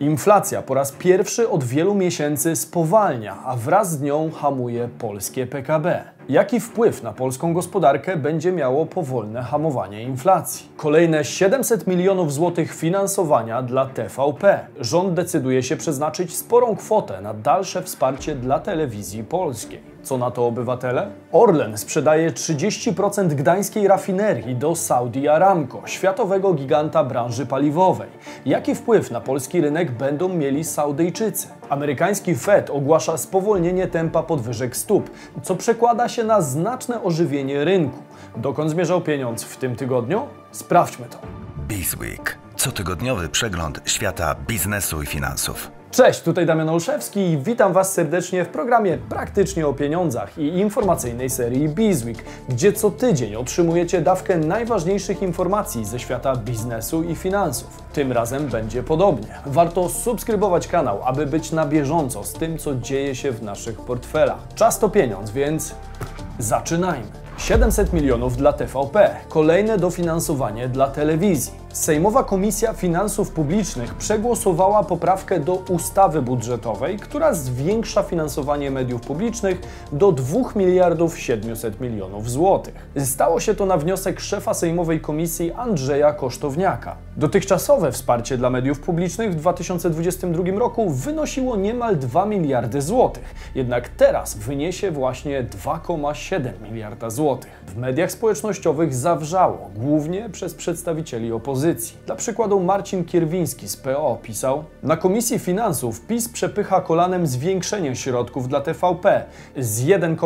Inflacja po raz pierwszy od wielu miesięcy spowalnia, a wraz z nią hamuje polskie PKB. Jaki wpływ na polską gospodarkę będzie miało powolne hamowanie inflacji? Kolejne 700 milionów złotych finansowania dla TVP. Rząd decyduje się przeznaczyć sporą kwotę na dalsze wsparcie dla telewizji polskiej. Co na to obywatele? Orlen sprzedaje 30% gdańskiej rafinerii do Saudi Aramco, światowego giganta branży paliwowej. Jaki wpływ na polski rynek będą mieli Saudyjczycy? Amerykański Fed ogłasza spowolnienie tempa podwyżek stóp, co przekłada się na znaczne ożywienie rynku. Dokąd zmierzał pieniądz w tym tygodniu? Sprawdźmy to. Bizweek. Cotygodniowy przegląd świata biznesu i finansów. Cześć, tutaj Damian Olszewski i witam Was serdecznie w programie Praktycznie o pieniądzach i informacyjnej serii Bizweek, gdzie co tydzień otrzymujecie dawkę najważniejszych informacji ze świata biznesu i finansów. Tym razem będzie podobnie. Warto subskrybować kanał, aby być na bieżąco z tym, co dzieje się w naszych portfelach. Czas to pieniądz, więc zaczynajmy. 700 milionów dla TVP. Kolejne dofinansowanie dla telewizji. Sejmowa Komisja Finansów Publicznych przegłosowała poprawkę do ustawy budżetowej, która zwiększa finansowanie mediów publicznych do 2 miliardów 700 milionów złotych. Stało się to na wniosek szefa Sejmowej Komisji Andrzeja Kosztowniaka. Dotychczasowe wsparcie dla mediów publicznych w 2022 roku wynosiło niemal 2 miliardy złotych, jednak teraz wyniesie właśnie 2,7 miliarda złotych. W mediach społecznościowych zawrzało, głównie przez przedstawicieli opozycji. Dla przykładu Marcin Kierwiński z PO pisał: na Komisji Finansów PiS przepycha kolanem zwiększenie środków dla TVP z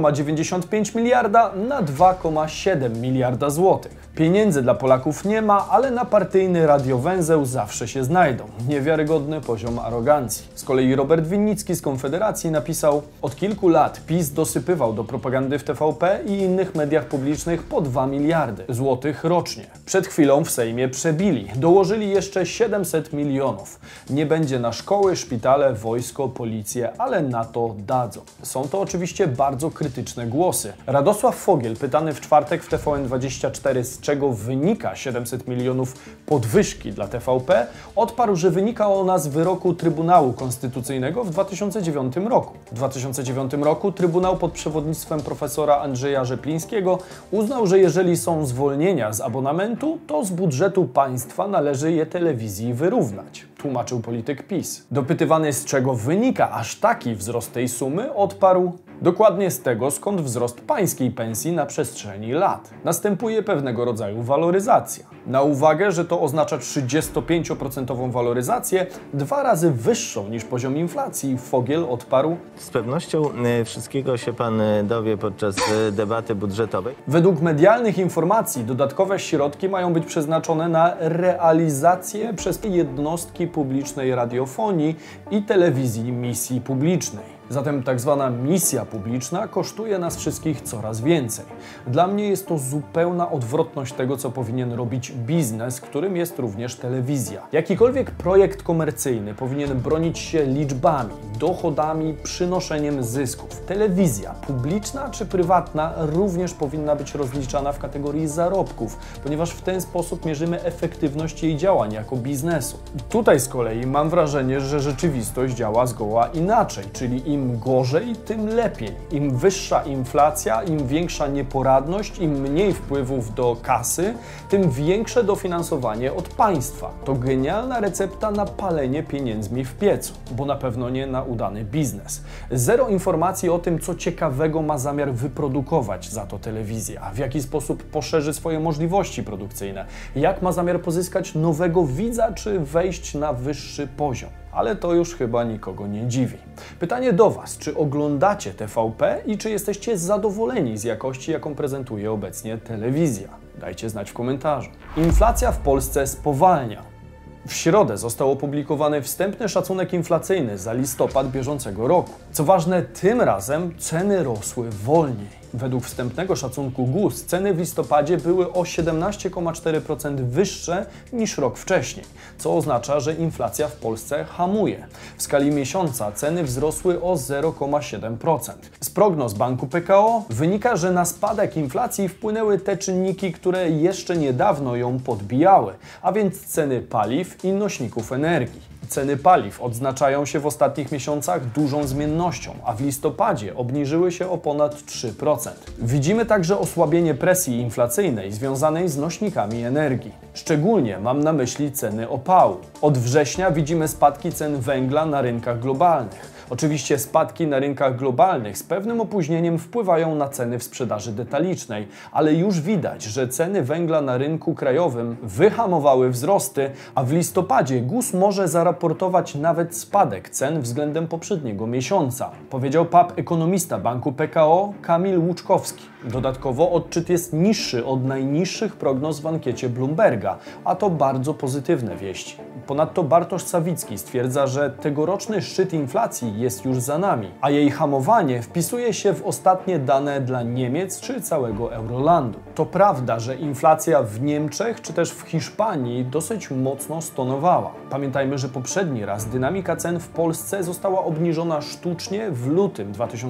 1,95 miliarda na 2,7 miliarda złotych. Pieniędzy dla Polaków nie ma, ale na partyjny radiowęzeł zawsze się znajdą. Niewiarygodny poziom arogancji. Z kolei Robert Winnicki z Konfederacji napisał: od kilku lat PiS dosypywał do propagandy w TVP i innych mediach publicznych po 2 miliardy złotych rocznie. Przed chwilą w Sejmie przebili. Dołożyli jeszcze 700 milionów. Nie będzie na szkoły, szpitale, wojsko, policję, ale na to dadzą. Są to oczywiście bardzo krytyczne głosy. Radosław Fogiel, pytany w czwartek w TVN24, z czego wynika 700 milionów podwyżki dla TVP, odparł, że wynika ona z wyroku Trybunału Konstytucyjnego w 2009 roku. W 2009 roku Trybunał pod przewodnictwem profesora Andrzeja Rzeplińskiego uznał, że jeżeli są zwolnienia z abonamentu, to z budżetu państwa należy je telewizji wyrównać, tłumaczył polityk PiS. Dopytywany, z czego wynika aż taki wzrost tej sumy, odparł: dokładnie z tego, skąd wzrost pańskiej pensji na przestrzeni lat. Następuje pewnego rodzaju waloryzacja. Na uwagę, że to oznacza 35% waloryzację, 2 razy wyższą niż poziom inflacji, Fogiel odparł: z pewnością wszystkiego się pan dowie podczas debaty budżetowej. Według medialnych informacji dodatkowe środki mają być przeznaczone na realizację przez jednostki publicznej radiofonii i telewizji misji publicznej. Zatem tak zwana misja publiczna kosztuje nas wszystkich coraz więcej. Dla mnie jest to zupełna odwrotność tego, co powinien robić biznes, którym jest również telewizja. Jakikolwiek projekt komercyjny powinien bronić się liczbami, dochodami, przynoszeniem zysków. Telewizja, publiczna czy prywatna, również powinna być rozliczana w kategorii zarobków, ponieważ w ten sposób mierzymy efektywność jej działań jako biznesu. Tutaj z kolei mam wrażenie, że rzeczywistość działa zgoła inaczej, czyli im gorzej, tym lepiej. Im wyższa inflacja, im większa nieporadność, im mniej wpływów do kasy, tym większe dofinansowanie od państwa. To genialna recepta na palenie pieniędzmi w piecu, bo na pewno nie na udany biznes. Zero informacji o tym, co ciekawego ma zamiar wyprodukować za to telewizja, w jaki sposób poszerzy swoje możliwości produkcyjne, jak ma zamiar pozyskać nowego widza, czy wejść na wyższy poziom. Ale to już chyba nikogo nie dziwi. Pytanie do Was, czy oglądacie TVP i czy jesteście zadowoleni z jakości, jaką prezentuje obecnie telewizja? Dajcie znać w komentarzu. Inflacja w Polsce spowalnia. W środę został opublikowany wstępny szacunek inflacyjny za listopad bieżącego roku. Co ważne, tym razem ceny rosły wolniej. Według wstępnego szacunku GUS ceny w listopadzie były o 17,4% wyższe niż rok wcześniej, co oznacza, że inflacja w Polsce hamuje. W skali miesiąca ceny wzrosły o 0,7%. Z prognoz Banku PKO wynika, że na spadek inflacji wpłynęły te czynniki, które jeszcze niedawno ją podbijały, a więc ceny paliw i nośników energii. Ceny paliw odznaczają się w ostatnich miesiącach dużą zmiennością, a w listopadzie obniżyły się o ponad 3%. Widzimy także osłabienie presji inflacyjnej związanej z nośnikami energii. Szczególnie mam na myśli ceny opału. Od września widzimy spadki cen węgla na rynkach globalnych. Oczywiście spadki na rynkach globalnych z pewnym opóźnieniem wpływają na ceny w sprzedaży detalicznej, ale już widać, że ceny węgla na rynku krajowym wyhamowały wzrosty, a w listopadzie GUS może zaraportować nawet spadek cen względem poprzedniego miesiąca, powiedział ekonomista banku PKO Kamil Łuczkowski. Dodatkowo odczyt jest niższy od najniższych prognoz w ankiecie Bloomberga, a to bardzo pozytywne wieści. Ponadto Bartosz Sawicki stwierdza, że tegoroczny szczyt inflacji jest już za nami, a jej hamowanie wpisuje się w ostatnie dane dla Niemiec czy całego Eurolandu. To prawda, że inflacja w Niemczech czy też w Hiszpanii dosyć mocno stonowała. Pamiętajmy, że poprzedni raz dynamika cen w Polsce została obniżona sztucznie w lutym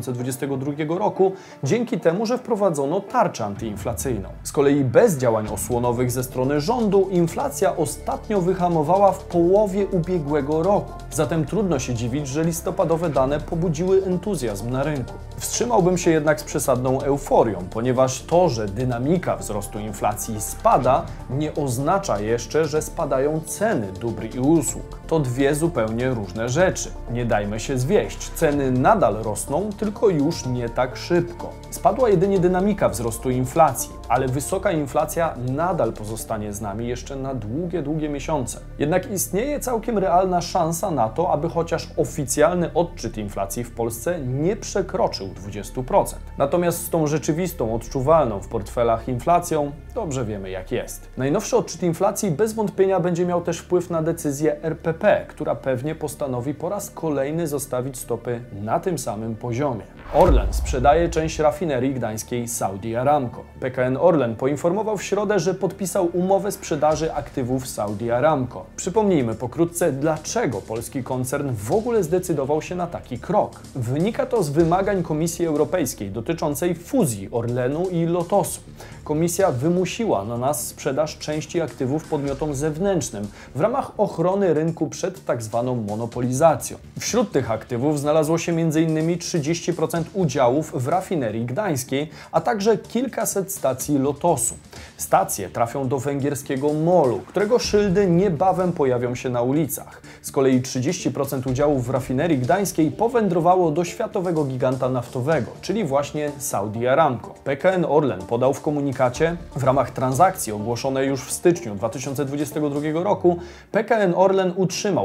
2022 roku dzięki temu, że wprowadzono tarczę antyinflacyjną. Z kolei bez działań osłonowych ze strony rządu inflacja ostatnio wyhamowała w połowie ubiegłego roku. Zatem trudno się dziwić, że listopadowe dane pobudziły entuzjazm na rynku. Wstrzymałbym się jednak z przesadną euforią, ponieważ to, że dynamika wzrostu inflacji spada, nie oznacza jeszcze, że spadają ceny dóbr i usług. To dwie zupełnie różne rzeczy. Nie dajmy się zwieść. Ceny nadal rosną, tylko już nie tak szybko. Spadła jedynie dynamika wzrostu inflacji, ale wysoka inflacja nadal pozostanie z nami jeszcze na długie miesiące. Jednak istnieje całkiem realna szansa na to, aby chociaż oficjalny odczyt inflacji w Polsce nie przekroczył 20%. Natomiast z tą rzeczywistą, odczuwalną w portfelach inflacją dobrze wiemy, jak jest. Najnowszy odczyt inflacji bez wątpienia będzie miał też wpływ na decyzję RPP, która pewnie postanowi po raz kolejny zostawić stopy na tym samym poziomie. Orlen sprzedaje część rafinerii gdańskiej Saudi Aramco. PKN Orlen poinformował w środę, że podpisał umowę sprzedaży aktywów Saudi Aramco. Przypomnijmy pokrótce, dlaczego polski koncern w ogóle zdecydował się na taki krok. Wynika to z wymagań Komisji Europejskiej dotyczącej fuzji Orlenu i Lotosu. Komisja wymusiła na nas sprzedaż części aktywów podmiotom zewnętrznym w ramach ochrony rynku przed tzw. monopolizacją. Wśród tych aktywów znalazło się m.in. 30% udziałów w rafinerii gdańskiej, a także kilkaset stacji Lotosu. Stacje trafią do węgierskiego MOL-u, którego szyldy niebawem pojawią się na ulicach. Z kolei 30% udziałów w rafinerii gdańskiej powędrowało do światowego giganta naftowego, czyli właśnie Saudi Aramco. PKN Orlen podał w komunikacie, w ramach transakcji ogłoszonej już w styczniu 2022 roku, PKN Orlen utrzymał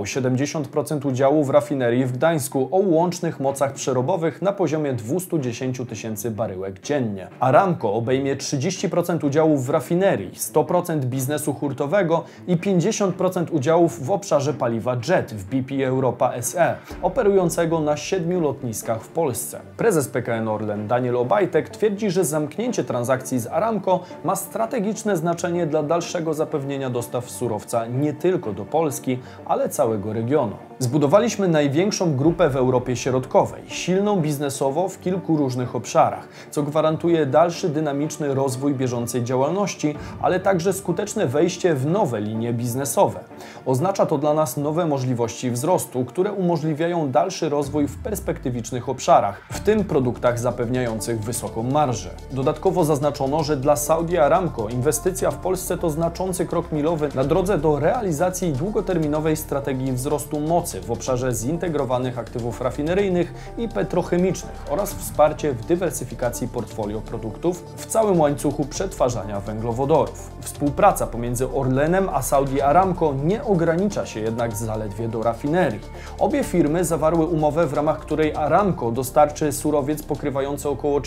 70% udziału w rafinerii w Gdańsku o łącznych mocach przerobowych na poziomie 210 000 baryłek dziennie. Aramco obejmie 30% udziałów w rafinerii, 100% biznesu hurtowego i 50% udziałów w obszarze paliwa JET w BP Europa SE, operującego na 7 lotniskach w Polsce. Prezes PKN Orlen Daniel Obajtek twierdzi, że zamknięcie transakcji z Aramco ma strategiczne znaczenie dla dalszego zapewnienia dostaw surowca nie tylko do Polski, ale całego regionu. Zbudowaliśmy największą grupę w Europie Środkowej, silną biznesowo w kilku różnych obszarach, co gwarantuje dalszy dynamiczny rozwój bieżącej działalności, ale także skuteczne wejście w nowe linie biznesowe. Oznacza to dla nas nowe możliwości wzrostu, które umożliwiają dalszy rozwój w perspektywicznych obszarach, w tym produktach zapewniających wysoką marżę. Dodatkowo zaznaczono, że dla Saudi Aramco inwestycja w Polsce to znaczący krok milowy na drodze do realizacji długoterminowej strategii wzrostu mocy w obszarze zintegrowanych aktywów rafineryjnych i petrochemicznych oraz wsparcie w dywersyfikacji portfolio produktów w całym łańcuchu przetwarzania węglowodorów. Współpraca pomiędzy Orlenem a Saudi Aramco nie ogranicza się jednak zaledwie do rafinerii. Obie firmy zawarły umowę, w ramach której Aramco dostarczy surowiec pokrywający około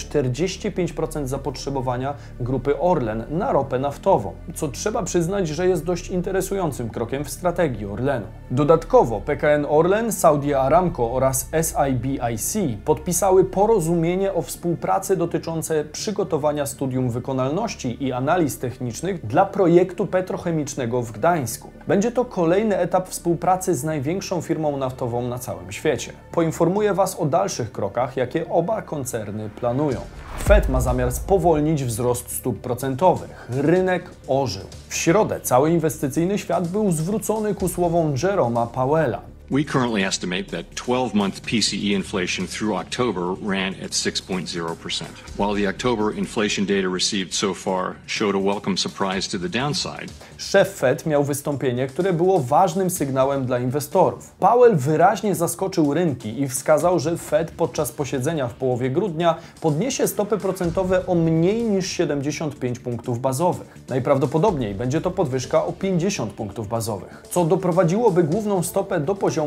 45% zapotrzebowania grupy Orlen na ropę naftową, co trzeba przyznać, że jest dość interesującym krokiem w strategii Orlenu. Dodatkowo PKN Orlen, Saudi Aramco oraz SIBIC podpisały porozumienie o współpracy dotyczące przygotowania studium wykonalności i analiz technicznych dla projektu petrochemicznego w Gdańsku. Będzie to kolejny etap współpracy z największą firmą naftową na całym świecie. Poinformuję Was o dalszych krokach, jakie oba koncerny planują. Fed ma zamiar spowolnić wzrost stóp procentowych. Rynek ożył. W środę cały inwestycyjny świat był zwrócony ku słowom Jeroma Powella. We currently estimate that 12-month PCE inflation through October ran at 6.0%. While the October inflation data received so far showed a welcome surprise to the downside. Szef Fed miał wystąpienie, które było ważnym sygnałem dla inwestorów. Powell wyraźnie zaskoczył rynki i wskazał, że Fed podczas posiedzenia w połowie grudnia podniesie stopy procentowe o mniej niż 75 punktów bazowych. Najprawdopodobniej będzie to podwyżka o 50 punktów bazowych, co doprowadziłoby główną stopę do poziomu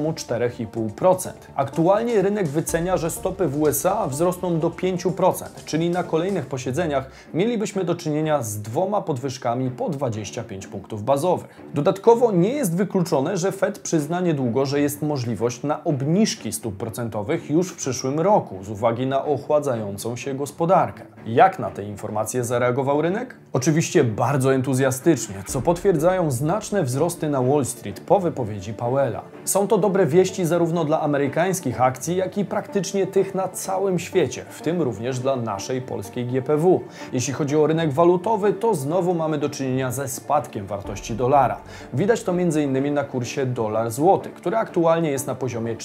4,5%. Aktualnie rynek wycenia, że stopy w USA wzrosną do 5%, czyli na kolejnych posiedzeniach mielibyśmy do czynienia z 2 podwyżkami po 25 punktów bazowych. Dodatkowo nie jest wykluczone, że Fed przyzna niedługo, że jest możliwość na obniżki stóp procentowych już w przyszłym roku z uwagi na ochładzającą się gospodarkę. Jak na te informacje zareagował rynek? Oczywiście bardzo entuzjastycznie, co potwierdzają znaczne wzrosty na Wall Street po wypowiedzi Powella. Są to dobre wieści zarówno dla amerykańskich akcji, jak i praktycznie tych na całym świecie, w tym również dla naszej polskiej GPW. Jeśli chodzi o rynek walutowy, to znowu mamy do czynienia ze spadkiem wartości dolara. Widać to m.in. na kursie dolar-złoty, który aktualnie jest na poziomie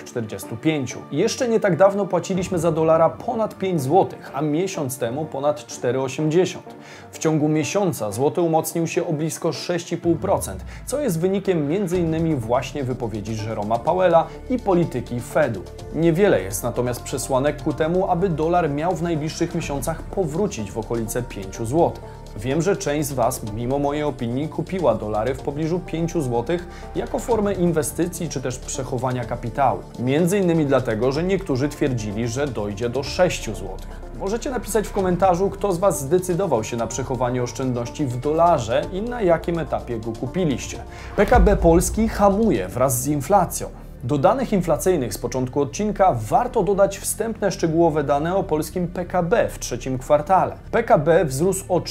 4,45. Jeszcze nie tak dawno płaciliśmy za dolara ponad 5 zł, a miesiąc temu ponad 4,80. W ciągu miesiąca złoty umocnił się o blisko 6,5%, co jest wynikiem m.in. właśnie wypowiedzi Jeroma Powella i polityki Fedu. Niewiele jest natomiast przesłanek ku temu, aby dolar miał w najbliższych miesiącach powrócić w okolice 5 zł. Wiem, że część z Was, mimo mojej opinii, kupiła dolary w pobliżu 5 zł jako formę inwestycji czy też przechowania kapitału. Między innymi dlatego, że niektórzy twierdzili, że dojdzie do 6 zł. Możecie napisać w komentarzu, kto z Was zdecydował się na przechowanie oszczędności w dolarze i na jakim etapie go kupiliście. PKB Polski hamuje wraz z inflacją. Do danych inflacyjnych z początku odcinka warto dodać wstępne szczegółowe dane o polskim PKB w trzecim kwartale. PKB wzrósł o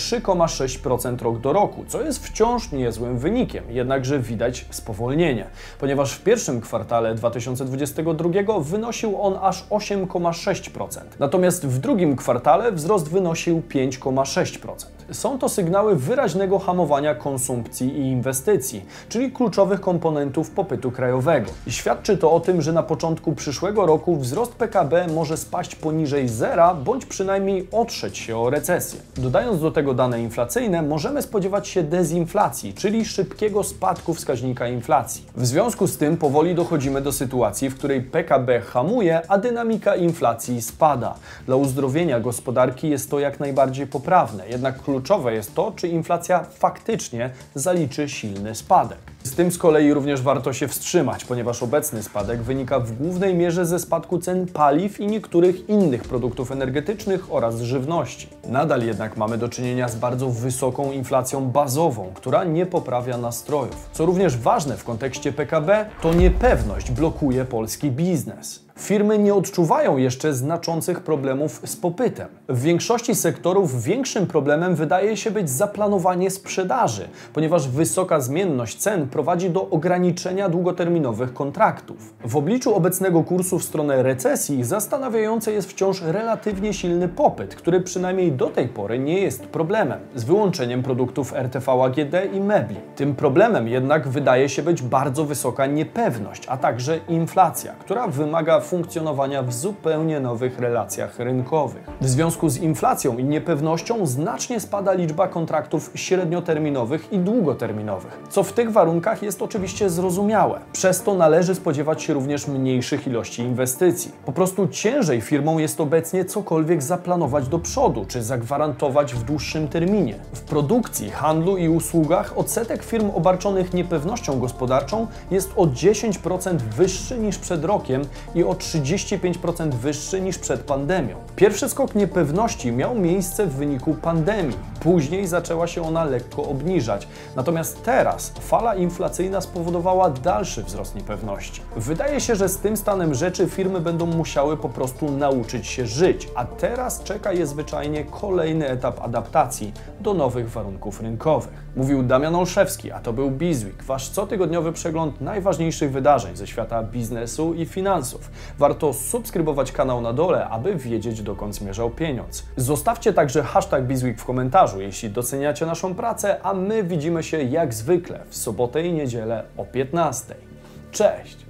3,6% rok do roku, co jest wciąż niezłym wynikiem, jednakże widać spowolnienie, ponieważ w pierwszym kwartale 2022 wynosił on aż 8,6%, natomiast w drugim kwartale wzrost wynosił 5,6%. Są to sygnały wyraźnego hamowania konsumpcji i inwestycji, czyli kluczowych komponentów popytu krajowego. Świadczy to o tym, że na początku przyszłego roku wzrost PKB może spaść poniżej zera, bądź przynajmniej otrzeć się o recesję. Dodając do tego dane inflacyjne, możemy spodziewać się dezinflacji, czyli szybkiego spadku wskaźnika inflacji. W związku z tym powoli dochodzimy do sytuacji, w której PKB hamuje, a dynamika inflacji spada. Dla uzdrowienia gospodarki jest to jak najbardziej poprawne, jednak kluczowe jest to, czy inflacja faktycznie zaliczy silny spadek. Z tym z kolei również warto się wstrzymać, ponieważ obecny spadek wynika w głównej mierze ze spadku cen paliw i niektórych innych produktów energetycznych oraz żywności. Nadal jednak mamy do czynienia z bardzo wysoką inflacją bazową, która nie poprawia nastrojów. Co również ważne w kontekście PKB, to niepewność blokuje polski biznes. Firmy nie odczuwają jeszcze znaczących problemów z popytem. W większości sektorów większym problemem wydaje się być zaplanowanie sprzedaży, ponieważ wysoka zmienność cen prowadzi do ograniczenia długoterminowych kontraktów. W obliczu obecnego kursu w stronę recesji zastanawiający jest wciąż relatywnie silny popyt, który przynajmniej do tej pory nie jest problemem, z wyłączeniem produktów RTV AGD i mebli. Tym problemem jednak wydaje się być bardzo wysoka niepewność, a także inflacja, która wymaga funkcjonowania w zupełnie nowych relacjach rynkowych. W związku z inflacją i niepewnością znacznie spada liczba kontraktów średnioterminowych i długoterminowych, co w tych warunkach jest oczywiście zrozumiałe. Przez to należy spodziewać się również mniejszych ilości inwestycji. Po prostu ciężej firmom jest obecnie cokolwiek zaplanować do przodu, czy zagwarantować w dłuższym terminie. W produkcji, handlu i usługach odsetek firm obarczonych niepewnością gospodarczą jest o 10% wyższy niż przed rokiem i o 35% wyższy niż przed pandemią. Pierwszy skok niepewności miał miejsce w wyniku pandemii. Później zaczęła się ona lekko obniżać. Natomiast teraz fala inflacyjna spowodowała dalszy wzrost niepewności. Wydaje się, że z tym stanem rzeczy firmy będą musiały po prostu nauczyć się żyć, a teraz czeka je zwyczajnie kolejny etap adaptacji do nowych warunków rynkowych. Mówił Damian Olszewski, a to był Bizweek, wasz cotygodniowy przegląd najważniejszych wydarzeń ze świata biznesu i finansów. Warto subskrybować kanał na dole, aby wiedzieć, dokąd zmierzał pieniądz. Zostawcie także hashtag Bizweek w komentarzu, jeśli doceniacie naszą pracę, a my widzimy się jak zwykle w sobotę i niedzielę o 15:00. Cześć!